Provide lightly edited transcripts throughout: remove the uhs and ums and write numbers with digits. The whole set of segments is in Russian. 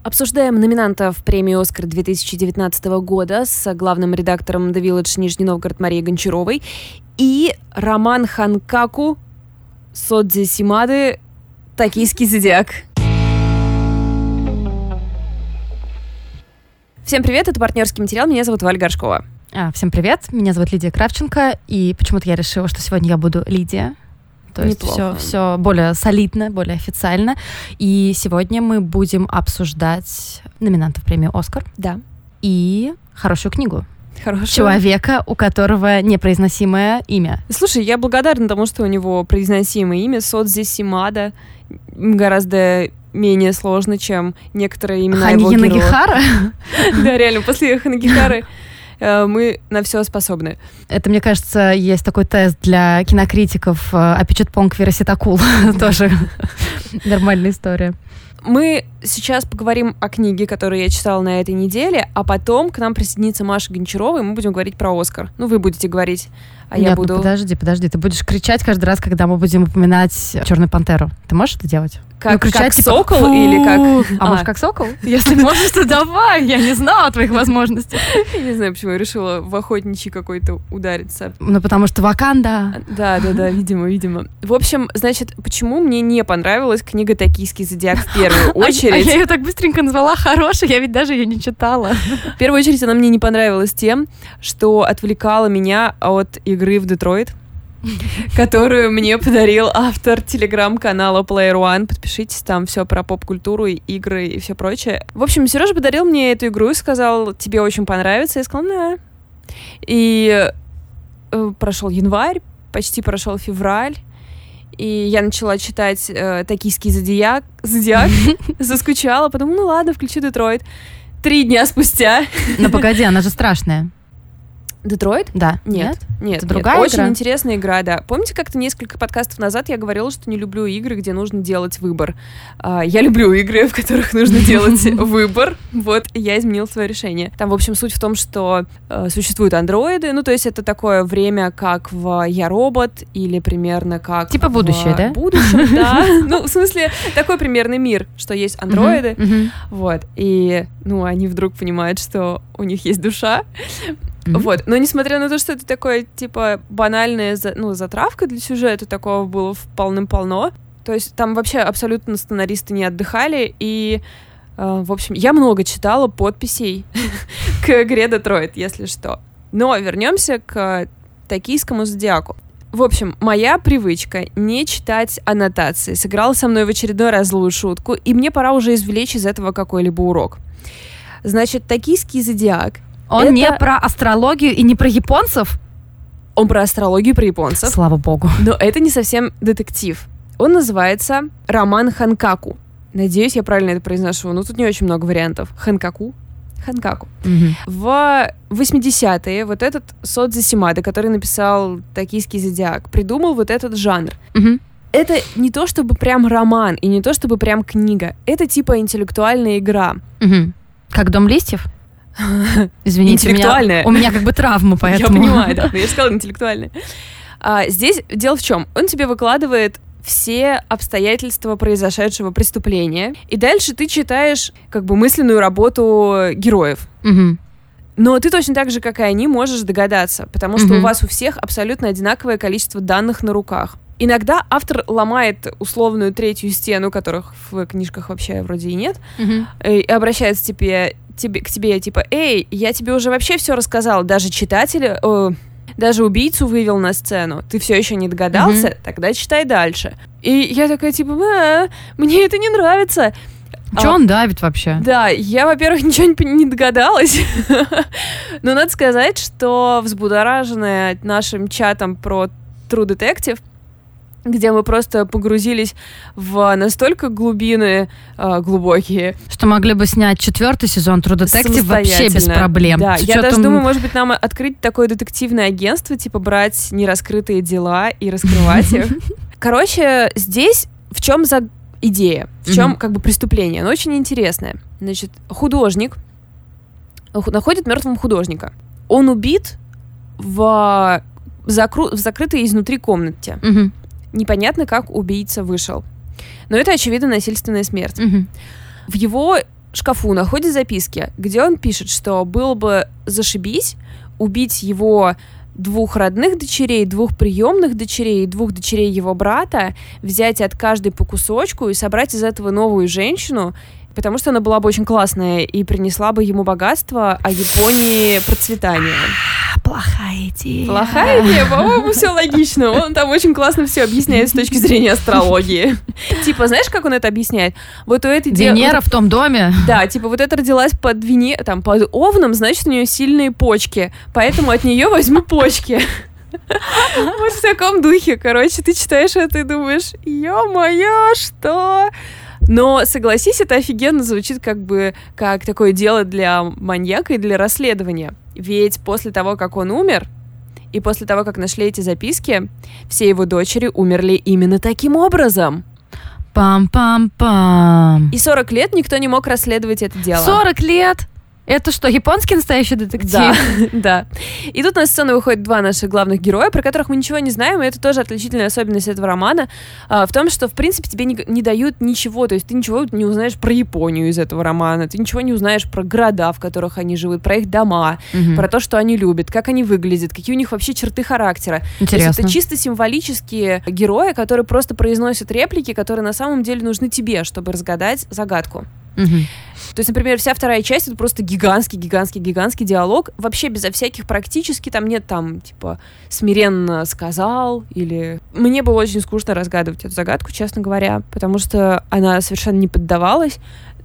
Обсуждаем номинантов премии «Оскар» 2019 года с главным редактором The Village Нижний Новгород Марией Гончаровой и роман Ханкаку Содзи Симады «Токийский зодиак». Всем привет, это партнерский материал, меня зовут Валя Горшкова. Всем привет, меня зовут Лидия Кравченко, и почему-то я решила, что сегодня я буду Лидия. То есть все более солидно, более официально. И сегодня мы будем обсуждать номинантов премии «Оскар». Да. И хорошую книгу. Хорошую. Человека, у которого непроизносимое имя. Слушай, я благодарна тому, что у него произносимое имя Содзи Симада. Гораздо менее сложно, чем некоторые имена его героев. Ханагихара? Да, реально, после Ханагихары мы на все способны. Это, мне кажется, есть такой тест для кинокритиков «Апичатпонг Вераситакул». Тоже нормальная история. Мы сейчас поговорим о книге, которую я читала на этой неделе, а потом к нам присоединится Маша Гончарова, и мы будем говорить про «Оскар». Ну, вы будете говорить, а Нет, я буду... Подожди, ты будешь кричать каждый раз, когда мы будем упоминать «Черную пантеру». Ты можешь это делать? Как, кричать, как типа, сокол фу! или как... Может, как сокол? Если можешь, то давай, я не знала о твоих возможностях. Я не знаю, почему я решила в охотничий какой-то удариться. Ну, потому что Ваканда. Да, видимо. В общем, значит, почему мне не понравилась книга «Токийский зодиак» в первую очередь? А я ее так быстренько назвала хорошей, я ведь даже ее не читала. В первую очередь она мне не понравилась тем, что отвлекала меня от игры в Детройт, которую мне подарил автор телеграм-канала Player One. Подпишитесь, там все про поп-культуру, игры и все прочее. В общем, Сережа подарил мне эту игру и сказал, тебе очень понравится. Я сказала, да. И прошел январь, почти прошел февраль, и я начала читать «Токийский зодиак», заскучала, подумала, ну ладно, включу Детройт. 3 дня спустя... Но погоди, она же страшная. Детройт? Да. Нет. Это другая игра? Очень интересная игра, да. Помните, как-то несколько подкастов назад я говорила, что не люблю игры, где нужно делать выбор. Я люблю игры, в которых нужно делать выбор. Вот, я изменила свое решение. Там, в общем, суть в том, что существуют андроиды, ну, то есть это такое время, как в «Я робот», или примерно как типа будущее, да? В будущем, да. Ну, в смысле, такой примерный мир, что есть андроиды, вот, и, ну, они вдруг понимают, что у них есть душа. Вот. Но несмотря на то, что это такое, типа, банальная затравка для сюжета, такого было полным-полно. То есть там вообще абсолютно сценаристы не отдыхали. И, в общем, я много читала подписей к игре Детройт, если что. Но вернемся к «Токийскому зодиаку». В общем, моя привычка не читать аннотации сыграла со мной в очередной раз злую шутку, и мне пора уже извлечь из этого какой-либо урок. Значит, «Токийский зодиак» Он не про астрологию и не про японцев? Он про астрологию и про японцев. Слава богу. Но это не совсем детектив. Он называется «Роман Ханкаку». Надеюсь, я правильно это произношу, но тут не очень много вариантов. Ханкаку. В 80-е вот этот Содзи Симада, который написал «Токийский зодиак», придумал вот этот жанр. Это не то чтобы прям роман и не то чтобы прям книга. Это типа интеллектуальная игра. Как «Дом листьев»? Извините, у меня как бы травма, поэтому... Я понимаю, да, но я же сказала интеллектуальная. Здесь дело в чем? Он тебе выкладывает все обстоятельства произошедшего преступления, и дальше ты читаешь как бы мысленную работу героев. Но ты точно так же, как и они, можешь догадаться, потому что у вас у всех абсолютно одинаковое количество данных на руках. Иногда автор ломает условную третью стену, которых в книжках вообще вроде и нет, и обращается к тебе, типа, эй, я тебе уже вообще все рассказал, даже читателя, даже убийцу вывел на сцену, ты все еще не догадался, тогда читай дальше. И я такая, типа, мне это не нравится. Че он давит вообще? Да, я, во-первых, ничего не догадалась, но надо сказать, что взбудораженная нашим чатом про True Detective, где мы просто погрузились в настолько глубины глубокие. Что могли бы снять 4-й сезон True Detective вообще без проблем. Да, я даже думаю, может быть, нам открыть такое детективное агентство, типа брать нераскрытые дела и раскрывать их. Короче, здесь в чем идея, в чем как бы преступление? Оно очень интересное. Значит, художник находит мертвого художника. Он убит в закрытой изнутри комнате. Непонятно, как убийца вышел. Но это, очевидно, насильственная смерть. В его шкафу находит записки, где он пишет, что было бы зашибись убить его 2 родных дочерей, 2 приемных дочерей, 2 дочерей его брата, взять от каждой по кусочку и собрать из этого новую женщину, потому что она была бы очень классная и принесла бы ему богатство, а Японии процветание. Плохая идея. Плохая идея? По-моему, все логично. Он там очень классно все объясняет с точки зрения астрологии. Типа, знаешь, как он это объясняет? Вот у этой Венера в том доме. Да, типа, вот это родилась под под Овном, значит, у нее сильные почки, поэтому от нее возьму почки. Вот в таком духе, короче, ты читаешь это и думаешь, ё-моё, что? Но, согласись, это офигенно звучит как такое дело для маньяка и для расследования. Ведь после того, как он умер, и после того, как нашли эти записки, все его дочери умерли именно таким образом. Пам-пам-пам. И 40 лет никто не мог расследовать это дело. 40 лет? Это что, японский настоящий детектив? Да, да. И тут на сцену выходят 2 наших главных героя, про которых мы ничего не знаем, и это тоже отличительная особенность этого романа, в том, что, в принципе, тебе не дают ничего, то есть ты ничего не узнаешь про Японию из этого романа, ты ничего не узнаешь про города, в которых они живут, про их дома, про то, что они любят, как они выглядят, какие у них вообще черты характера. Интересно. То есть это чисто символические герои, которые просто произносят реплики, которые на самом деле нужны тебе, чтобы разгадать загадку. То есть, например, вся 2-я часть — это просто гигантский диалог, вообще безо всяких практически, там нет типа смиренно сказал, или... Мне было очень скучно разгадывать эту загадку, честно говоря, потому что она совершенно не поддавалась.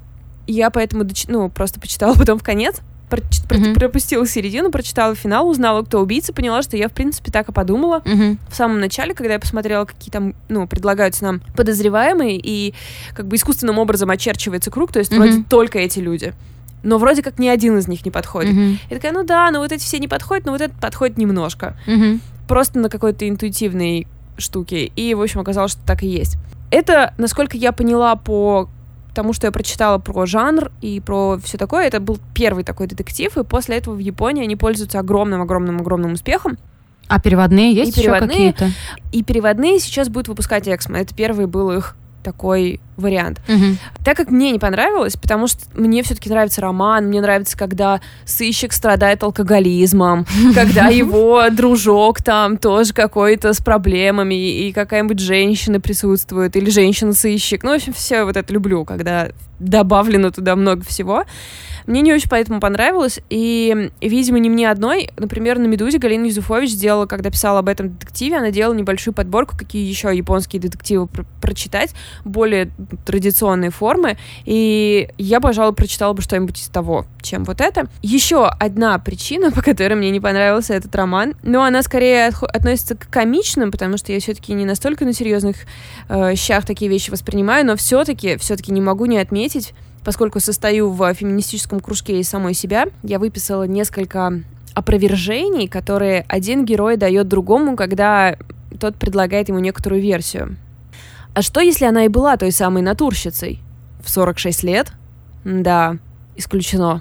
Я поэтому, просто почитала потом в конец, пропустила середину, прочитала финал, узнала, кто убийца, поняла, что я, в принципе, так и подумала. В самом начале, когда я посмотрела, какие там, предлагаются нам подозреваемые, и искусственным образом очерчивается круг, то есть вроде только эти люди. Но вроде как ни один из них не подходит. Я такая, вот эти все не подходят, но вот этот подходит немножко. Просто на какой-то интуитивной штуке. И, в общем, оказалось, что так и есть. Это, насколько я поняла по тому, что я прочитала про жанр и про все такое, это был первый такой детектив, и после этого в Японии они пользуются огромным успехом. А переводные есть еще какие-то? И переводные сейчас будут выпускать Эксмо. Это первый был их такой вариант. Так как мне не понравилось, потому что мне все-таки нравится роман, мне нравится, когда сыщик страдает алкоголизмом, когда его дружок там тоже какой-то с проблемами, и какая-нибудь женщина присутствует, или женщина-сыщик. В общем, все вот это люблю, когда добавлено туда много всего. Мне не очень поэтому понравилось, и, видимо, не мне одной. Например, на «Медузе» Галина Юзуфович сделала, когда писала об этом детективе, она делала небольшую подборку, какие еще японские детективы прочитать, более традиционные формы, и я, пожалуй, прочитала бы что-нибудь из того, чем вот это. Еще одна причина, по которой мне не понравился этот роман, но она скорее относится к комичным, потому что я все-таки не настолько на серьезных щах такие вещи воспринимаю, но все-таки не могу не отметить, поскольку состою в феминистическом кружке из самой себя, я выписала несколько опровержений, которые один герой дает другому, когда тот предлагает ему некоторую версию. А что, если она и была той самой натурщицей? В 46 лет? Да, исключено.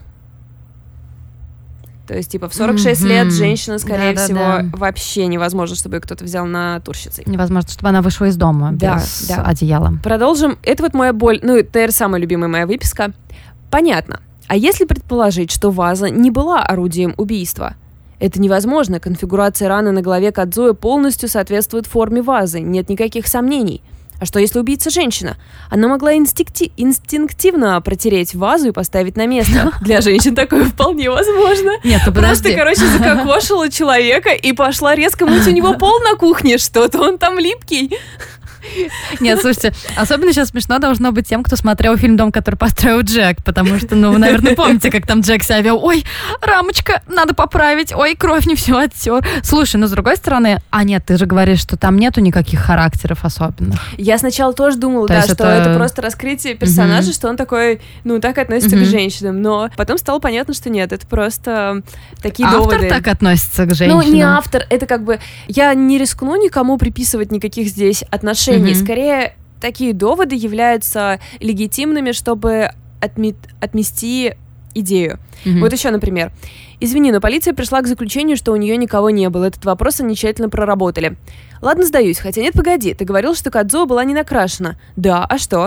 То есть, в 46 лет женщина, скорее всего, вообще невозможно, чтобы ее кто-то взял натурщицей. Невозможно, чтобы она вышла из дома без одеяла. Продолжим. Это вот моя боль, это, наверное, самая любимая моя выписка. Понятно. А если предположить, что ваза не была орудием убийства? Это невозможно. Конфигурация раны на голове Кадзуэ полностью соответствует форме вазы. Нет никаких сомнений. А что, если убийца женщина? Она могла инстинктивно протереть вазу и поставить на место. Для женщин такое вполне возможно. Нет, ну подожди. Просто, закокошила человека и пошла резко мыть у него пол на кухне. Что-то он там липкий. Нет, слушайте, особенно сейчас смешно должно быть тем, кто смотрел фильм «Дом, который построил Джек», потому что, вы, наверное, помните, как там Джек себя вел. Ой, рамочка, надо поправить, ой, кровь не все оттер. Слушай, с другой стороны, нет, ты же говоришь, что там нету никаких характеров особенных. Я сначала тоже думала, что это просто раскрытие персонажа, что он такой, так относится к женщинам, но потом стало понятно, что нет, это просто такие доводы. Автор так относится к женщинам? Не автор, это я не рискну никому приписывать никаких здесь отношений. Скорее, такие доводы являются легитимными, чтобы отмести идею. Вот еще, например. Извини, но полиция пришла к заключению, что у нее никого не было. Этот вопрос они тщательно проработали. Ладно, сдаюсь. Хотя нет, погоди. Ты говорил, что Кадзуо была не накрашена. Да, а что?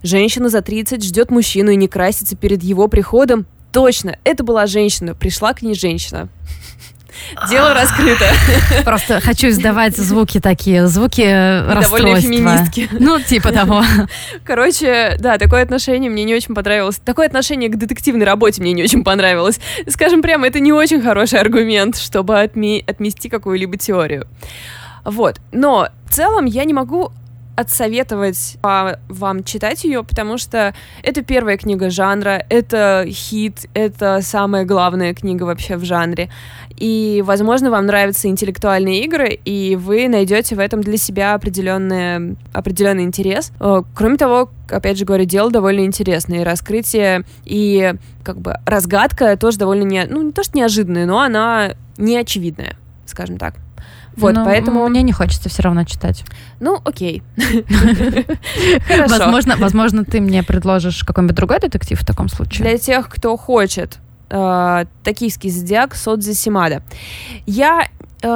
Женщина за 30 ждет мужчину и не красится перед его приходом. Точно, это была женщина. Пришла к ней женщина. Дело раскрыто. Просто хочу издавать звуки такие, звуки расстройства. Довольно феминистки. Ну, типа того. Короче, да, такое отношение мне не очень понравилось. Такое отношение к детективной работе мне не очень понравилось. Скажем прямо, это не очень хороший аргумент, чтобы отмести какую-либо теорию. Вот. Но в целом я не могу отсоветовать вам читать ее, потому что это первая книга жанра, это хит, это самая главная книга вообще в жанре. И, возможно, вам нравятся интеллектуальные игры, и вы найдете в этом для себя определенный интерес. Кроме того, опять же говорю, дело довольно интересное, и раскрытие, и как бы разгадка тоже довольно не то что неожиданная, но она неочевидная, скажем так. Вот, поэтому... Мне не хочется все равно читать. Ну, окей. Хорошо. Возможно, ты мне предложишь какой-нибудь другой детектив в таком случае? Для тех, кто хочет. «Токийский зодиак» Содзи Симада. Я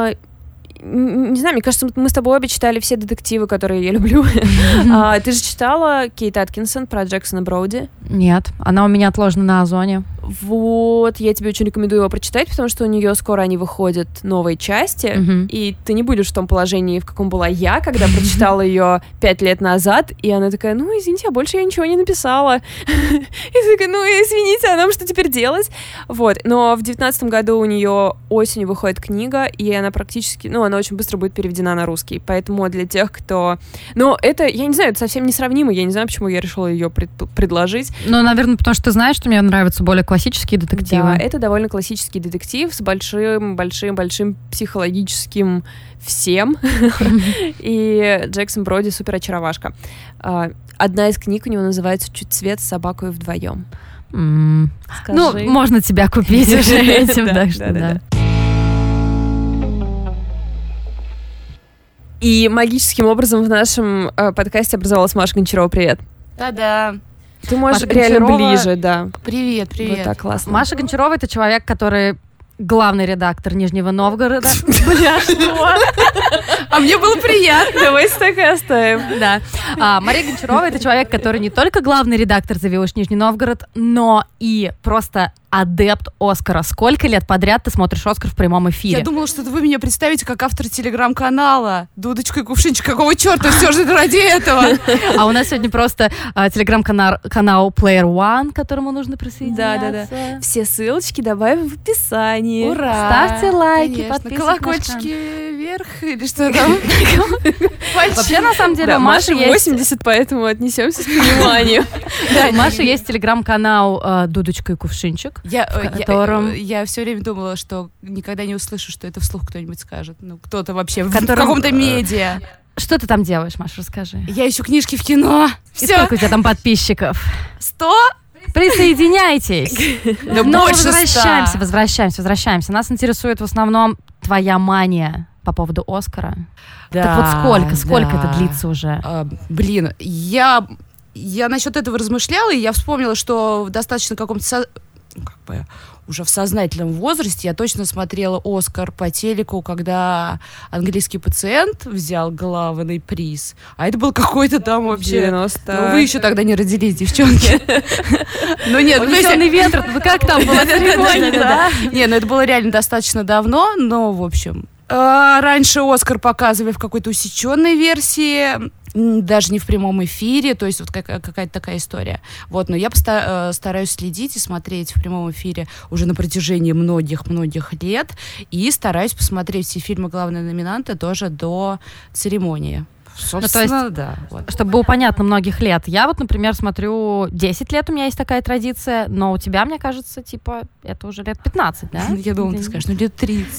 не знаю, мне кажется, мы с тобой обе читали все детективы, которые я люблю. Ты же читала Кейт Аткинсон про Джексона Броуди? Нет, она у меня отложена на Озоне. Вот, я тебе очень рекомендую его прочитать, потому что у нее скоро они выходят новые части, и ты не будешь в том положении, в каком была я, когда прочитала ее 5 лет назад, и она такая, ну, извините, а больше я ничего не написала. И ты такая, ну, извините, а нам что теперь делать? Вот, но в 2019 году у нее осенью выходит книга, и она практически, она очень быстро будет переведена на русский, поэтому для тех, кто... Но это, я не знаю, это совсем несравнимо, я не знаю, почему я решила ее предложить. Ну, наверное, потому что ты знаешь, что мне нравятся более классические детективы. Да, это довольно классический детектив с большим психологическим всем. И Джексон Броуди супер очаровашка. Одна из книг у него называется «Чуть свет с собакой вдвоем». Ну, можно тебя купить уже этим, так что да. И магическим образом в нашем подкасте образовалась Маша Гончарова. Привет. Да-да. Ты можешь реально ближе, да. Привет. Вот так классно. Маша Гончарова — это человек, который главный редактор Нижнего Новгорода. Бля, что? А мне было приятно. Давайте так и оставим. Да. Мария Гончарова — это человек, который не только главный редактор The Village Нижний Новгород, но и просто адепт Оскара. Сколько лет подряд ты смотришь Оскар в прямом эфире? Я думала, что вы меня представите как автор телеграм-канала «Дудочка и кувшинчик». Какого черта? Все же ради этого. А у нас сегодня просто телеграм-канал Player One, к которому нужно присоединяться. Да. Все ссылочки добавим в описании. Ура! Ставьте лайки, конечно. подписывайтесь. Колокольчики вверх или что там? Вообще, на самом деле, у Маши есть... 80, поэтому отнесемся с пониманием. У Маши есть телеграм-канал «Дудочка и кувшинчик». Я все время думала, что никогда не услышу, что это вслух кто-нибудь скажет. Ну, кто-то вообще в каком-то медиа. Что ты там делаешь, Маша, расскажи. Я ищу книжки в кино. И сколько у тебя там подписчиков? 100? Присоединяйтесь. Но возвращаемся. Нас интересует в основном твоя мания по поводу Оскара. Да, так вот сколько это длится уже? Блин, я насчет этого размышляла, и я вспомнила, что в достаточно каком-то уже в сознательном возрасте я точно смотрела «Оскар» по телеку, когда «Английский пациент» взял главный приз. А это был какой-то там вообще... 90. Ну, вы еще тогда не родились, девчонки. Ну нет, «Унесенный ветром», ну как там было? Не, ну это было реально достаточно давно, но в общем... Раньше «Оскар» показывали в какой-то усеченной версии, даже не в прямом эфире, то есть вот какая-то такая история. Вот, но я стараюсь следить и смотреть в прямом эфире уже на протяжении многих-многих лет, и стараюсь посмотреть все фильмы главного номинанта тоже до церемонии. Собственно, то есть, да. Вот. Чтобы было понятно, многих лет. Я вот, например, смотрю 10 лет, у меня есть такая традиция, но у тебя, мне кажется, типа, это уже лет 15, да? Я думала, ты скажешь, лет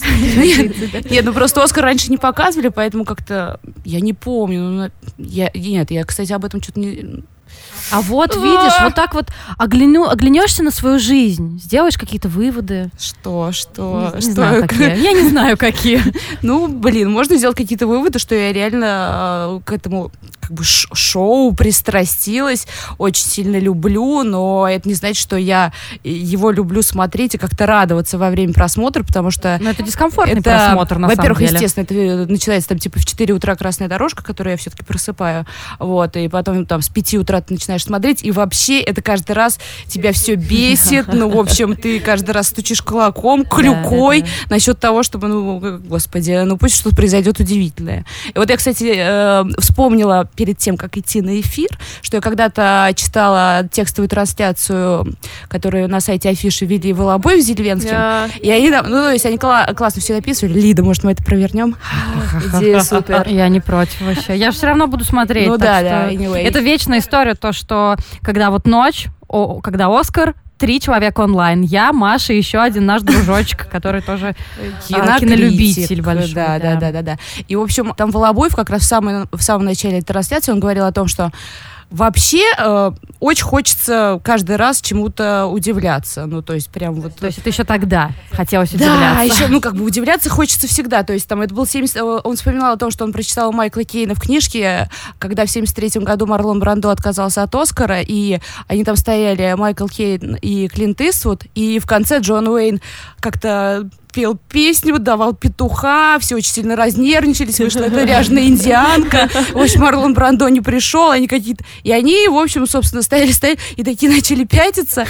30. Нет, просто «Оскар» раньше не показывали, поэтому как-то я не помню. Нет, я, кстати, об этом что-то не... А вот, видишь, вот так вот оглянешься на свою жизнь, сделаешь какие-то выводы. Что? Не знаю, какие. Я не знаю, какие. Ну, блин, можно сделать какие-то выводы, что я реально к этому как бы шоу, пристрастилась, очень сильно люблю, но это не значит, что я его люблю смотреть и как-то радоваться во время просмотра, потому что... Но это дискомфортный просмотр, на самом деле. Во-первых, естественно, это начинается там типа в 4 утра красная дорожка, которую я все-таки просыпаю, вот, и потом там с 5 утра ты начинаешь смотреть, и вообще это каждый раз тебя все бесит, ну, в общем, ты каждый раз стучишь кулаком, клюкой насчет того, чтобы, ну, господи, ну пусть что-то произойдет удивительное. И вот я, кстати, вспомнила перед тем, как идти на эфир, что я когда-то читала текстовую трансляцию, которую на сайте Афиши вели Волобой в Зельвенске, и они там, ну, то есть они классно все написывали. Лида, может, мы это провернем? Идея супер. Я не против вообще. Я же все равно буду смотреть. Ну да, anyway. Это вечная история, то, что когда вот ночь, когда Оскар, 3 человека онлайн. Я, Маша и еще один наш дружочек, который тоже кинолюбитель большой. Да. И, в общем, там Волобоев как раз в самом начале трансляции он говорил о том, что вообще очень хочется каждый раз чему-то удивляться. Ну, то есть прям вот... То есть это еще тогда хотелось удивляться. Да, еще, ну, как бы удивляться хочется всегда. То есть там это был 70... Он вспоминал о том, что он прочитал Майкла Кейна в книжке, когда в 73-м году Марлон Брандо отказался от Оскара, и они там стояли, Майкл Кейн и Клинт Иствуд, и в конце Джон Уэйн как-то пел песню, давал петуха, все очень сильно разнервничались, вышла эта ряженая индианка, в общем, Марлон Брандо не пришел, они какие-то... И они, в общем, собственно, стояли, и такие начали пятиться,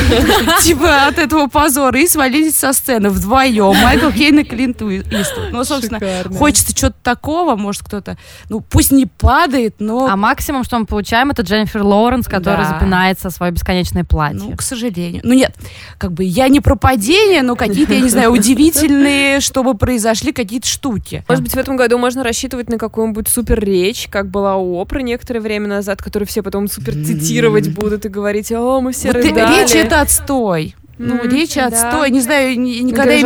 типа, от этого позора, и свалились со сцены вдвоем, Майкл Кейн и Клинт Иствуд. Ну, собственно, хочется чего-то такого, может, кто-то, ну, пусть не падает, но... А максимум, что мы получаем, это Дженнифер Лоуренс, которая запинается в свое бесконечное платье. Ну, к сожалению. Ну, нет, как бы я не про падение, но какие-то, я не знаю, удивительные, чтобы произошли какие-то штуки. Может быть, в этом году можно рассчитывать на какую-нибудь супер речь, как была у Опры некоторое время назад, которую все потом супер цитировать будут и говорить: о, мы все рыдали. Речь — это отстой. Ну, речь отстой. Не знаю, никогда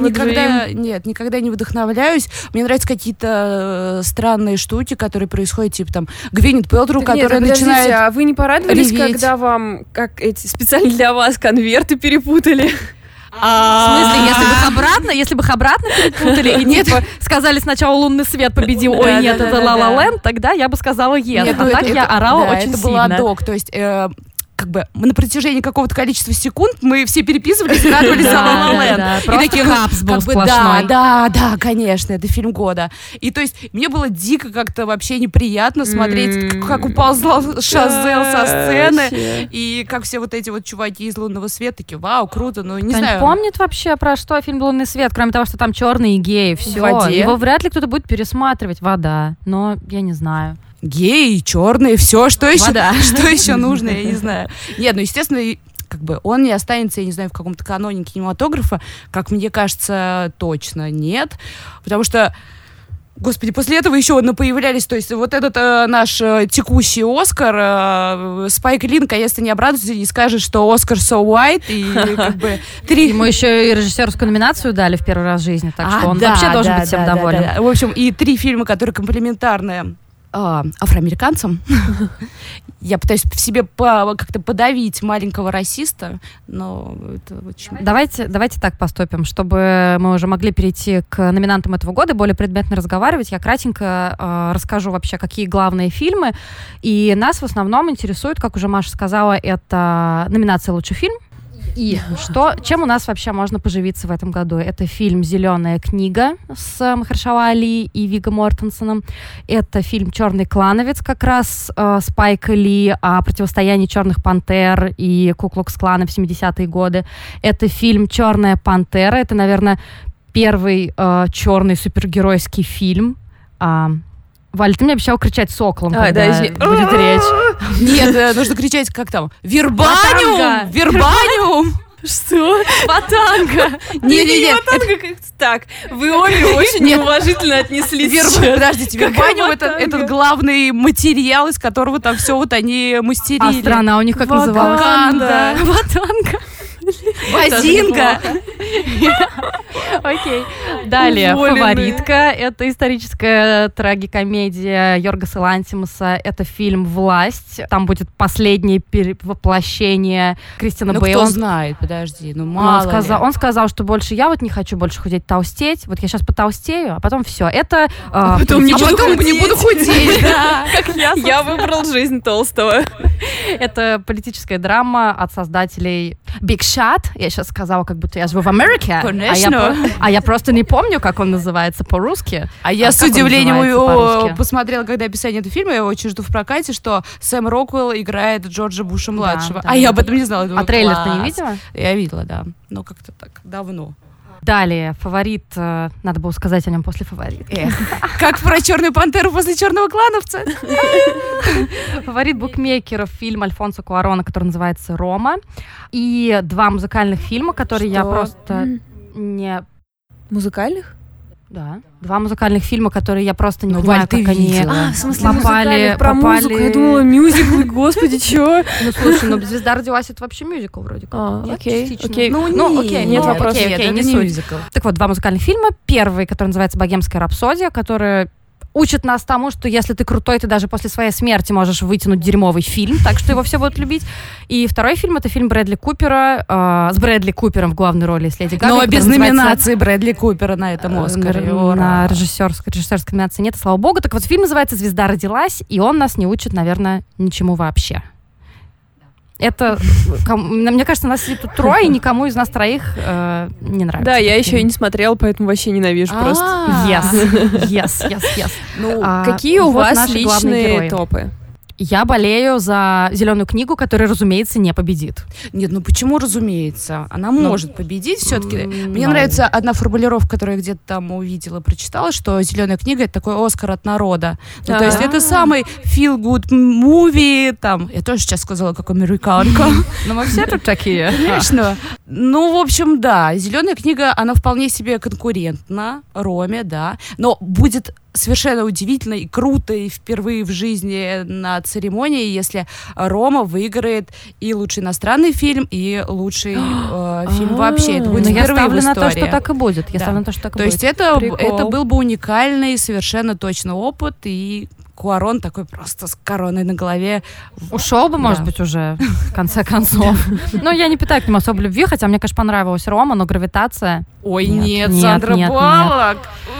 не вдохновляюсь. Мне нравятся какие-то странные штуки, которые происходят, типа там Гвинет Пэлтроу, которая начинает а вы не порадовались, реветь, когда вам, как эти специально для вас, конверты перепутали? В смысле, если бы их обратно перепутали и типа сказали сначала «Лунный свет» победил, ой, нет, это «Ла Ла Ленд», тогда я бы сказала «yes». А так я орала очень сильно. Это был адок, то есть... как бы мы на протяжении какого-то количества секунд мы все переписывались и радовались за «Ла Ла Ленд». Просто капс был сплошной. Да, конечно, это фильм года. И то есть мне было дико как-то вообще неприятно смотреть, как уползал Шазел со сцены, и как все вот эти вот чуваки из «Лунного света» такие: вау, круто, ну не знаю. Помнит вообще, про что фильм «Лунный свет», кроме того, что там черные геи, все. Его вряд ли кто-то будет пересматривать. Вода. Но я не знаю. Геи, черные, все, что еще нужно, я не знаю. Нет, ну, естественно, как бы он не останется, я не знаю, в каком-то каноне кинематографа, как мне кажется, точно нет, потому что, господи, после этого еще появлялись, то есть вот этот наш текущий Оскар, Спайк Ли наконец-то не обрадуется и не скажет, что Оскар so white, и как бы Ему еще и режиссерскую номинацию дали в первый раз в жизни, так что он вообще должен быть всем доволен. Да. В общем, и 3 фильма, которые комплементарные афроамериканцам. Я пытаюсь в себе как-то подавить маленького расиста, но это очень... Давайте так поступим, чтобы мы уже могли перейти к номинантам этого года, более предметно разговаривать. Я кратенько расскажу вообще, какие главные фильмы. И нас в основном интересует, как уже Маша сказала, это номинация «Лучший фильм». И чем у нас вообще можно поживиться в этом году? Это фильм «Зеленая книга» с Махершала Али и Вигго Мортенсеном. Это фильм «Черный клановец», как раз Спайка Ли о противостоянии черных пантер и Ку-Клукс-клана в 70-е годы. Это фильм «Черная пантера». Это, наверное, первый черный супергеройский фильм. Валя, ты мне обещала кричать соколом, когда будет речь. Нет, нужно кричать, как там? Вербаниум! Вербаниум! Что? Ватанга! Не-не-не. Так, вы обе очень неуважительно отнеслись. Подождите, вербаниум — это этот главный материал, из которого там все вот они мастерили. А страна у них как называлась? Ватанга. Ватанга. Базинка. Окей. Далее, «Фаворитка». Это историческая трагикомедия Йоргоса Лантимуса. Это фильм «Власть». Там будет последнее воплощение Кристина Бейл. Кто знает, подожди, мало ли. Он сказал, что больше я не хочу больше худеть, толстеть. Вот я сейчас потолстею, а потом все. Это... потом не буду худеть. Как я. Я выбрал жизнь толстого. Это политическая драма от создателей Big Shot. Я сейчас сказала, как будто я живу в Америке. Конечно. А я просто не помню, как он называется по-русски. А я с удивлением его посмотрела, когда описание этого фильма, я его очень жду в прокате, что Сэм Роквелл играет Джорджа Буша-младшего. Я об этом не знала. А трейлер ты не видела? Я видела, да. Но как-то так давно. Далее, «Фаворит». Надо было сказать о нем после «Фаворит». Как про «Черную пантеру» после «Черного клановца». «Фаворит» букмекеров, фильм Альфонсо Куарона, который называется «Рома». И 2 музыкальных фильма, которые я просто не... Музыкальных? Да. 2 музыкальных фильма, которые я просто не понимаю, как они в смысле, попали... Про музыку, я думала, мюзиклы, господи, чё? Слушай, «Звезда родилась» — это вообще мюзикл вроде как. Окей. Нет вопросов. Это не мюзикл. Так вот, 2 музыкальных фильма. Первый, который называется «Богемская рапсодия», который учит нас тому, что если ты крутой, ты даже после своей смерти можешь вытянуть дерьмовый фильм, так что его все будут любить. И второй фильм — это фильм Брэдли Купера, с Брэдли Купером в главной роли, с Леди Гагой. Но без номинации Брэдли Купера на этом Оскаре. На режиссерской номинации нет, слава богу. Так вот, фильм называется «Звезда родилась», и он нас не учит, наверное, ничему вообще. Это, мне кажется, нас тут 3, и никому из нас 3 не нравится. Да, я еще и не смотрела, поэтому вообще ненавижу просто. Yes. Какие у вас личные топы? Я болею за «Зеленую книгу», которая, разумеется, не победит. Нет, почему разумеется? Она может победить все-таки. Мне нравится одна формулировка, которую я где-то там увидела, прочитала, что «Зеленая книга» — это такой Оскар от народа. То есть это самый feel-good movie, там, я тоже сейчас сказала, как американка. Но мы все тут такие. Конечно. В общем, да, «Зеленая книга», она вполне себе конкурентна Роме, да, но будет совершенно удивительно и круто, и впервые в жизни на церемонии, если Рома выиграет и лучший иностранный фильм, и лучший фильм вообще. Это будет впервые в истории. Я ставлю на то, что так и будет. То есть это был бы уникальный совершенно точно опыт, и Куарон такой просто с короной на голове. Ушел бы, может быть, уже, в конце концов. Я не питаю к нему особо любви, хотя мне, конечно, понравилась Рома, но «Гравитация». Ой, нет, Сандра Баллок.